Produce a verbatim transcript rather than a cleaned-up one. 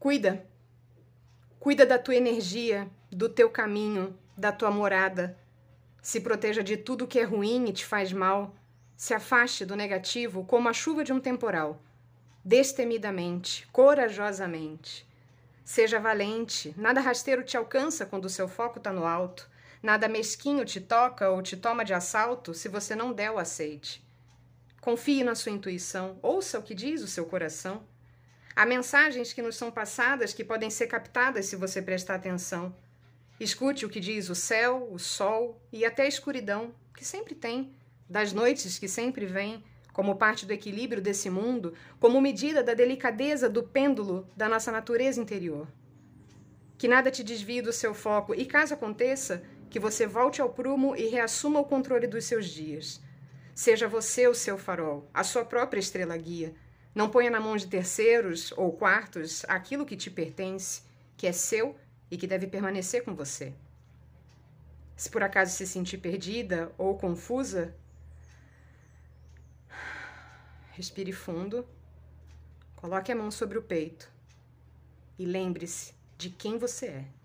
Cuida. Cuida da tua energia, do teu caminho, da tua morada. Se proteja de tudo que é ruim e te faz mal. Se afaste do negativo como a chuva de um temporal. Destemidamente, corajosamente. Seja valente. Nada rasteiro te alcança quando o seu foco está no alto. Nada mesquinho te toca ou te toma de assalto se você não der o aceite. Confie na sua intuição. Ouça o que diz o seu coração. Há mensagens que nos são passadas que podem ser captadas se você prestar atenção. Escute o que diz o céu, o sol e até a escuridão, que sempre tem, das noites que sempre vêm, como parte do equilíbrio desse mundo, como medida da delicadeza do pêndulo da nossa natureza interior. Que nada te desvie do seu foco e, caso aconteça, que você volte ao prumo e reassuma o controle dos seus dias. Seja você o seu farol, a sua própria estrela guia. Não ponha na mão de terceiros ou quartos aquilo que te pertence, que é seu e que deve permanecer com você. Se por acaso se sentir perdida ou confusa, respire fundo, coloque a mão sobre o peito e lembre-se de quem você é.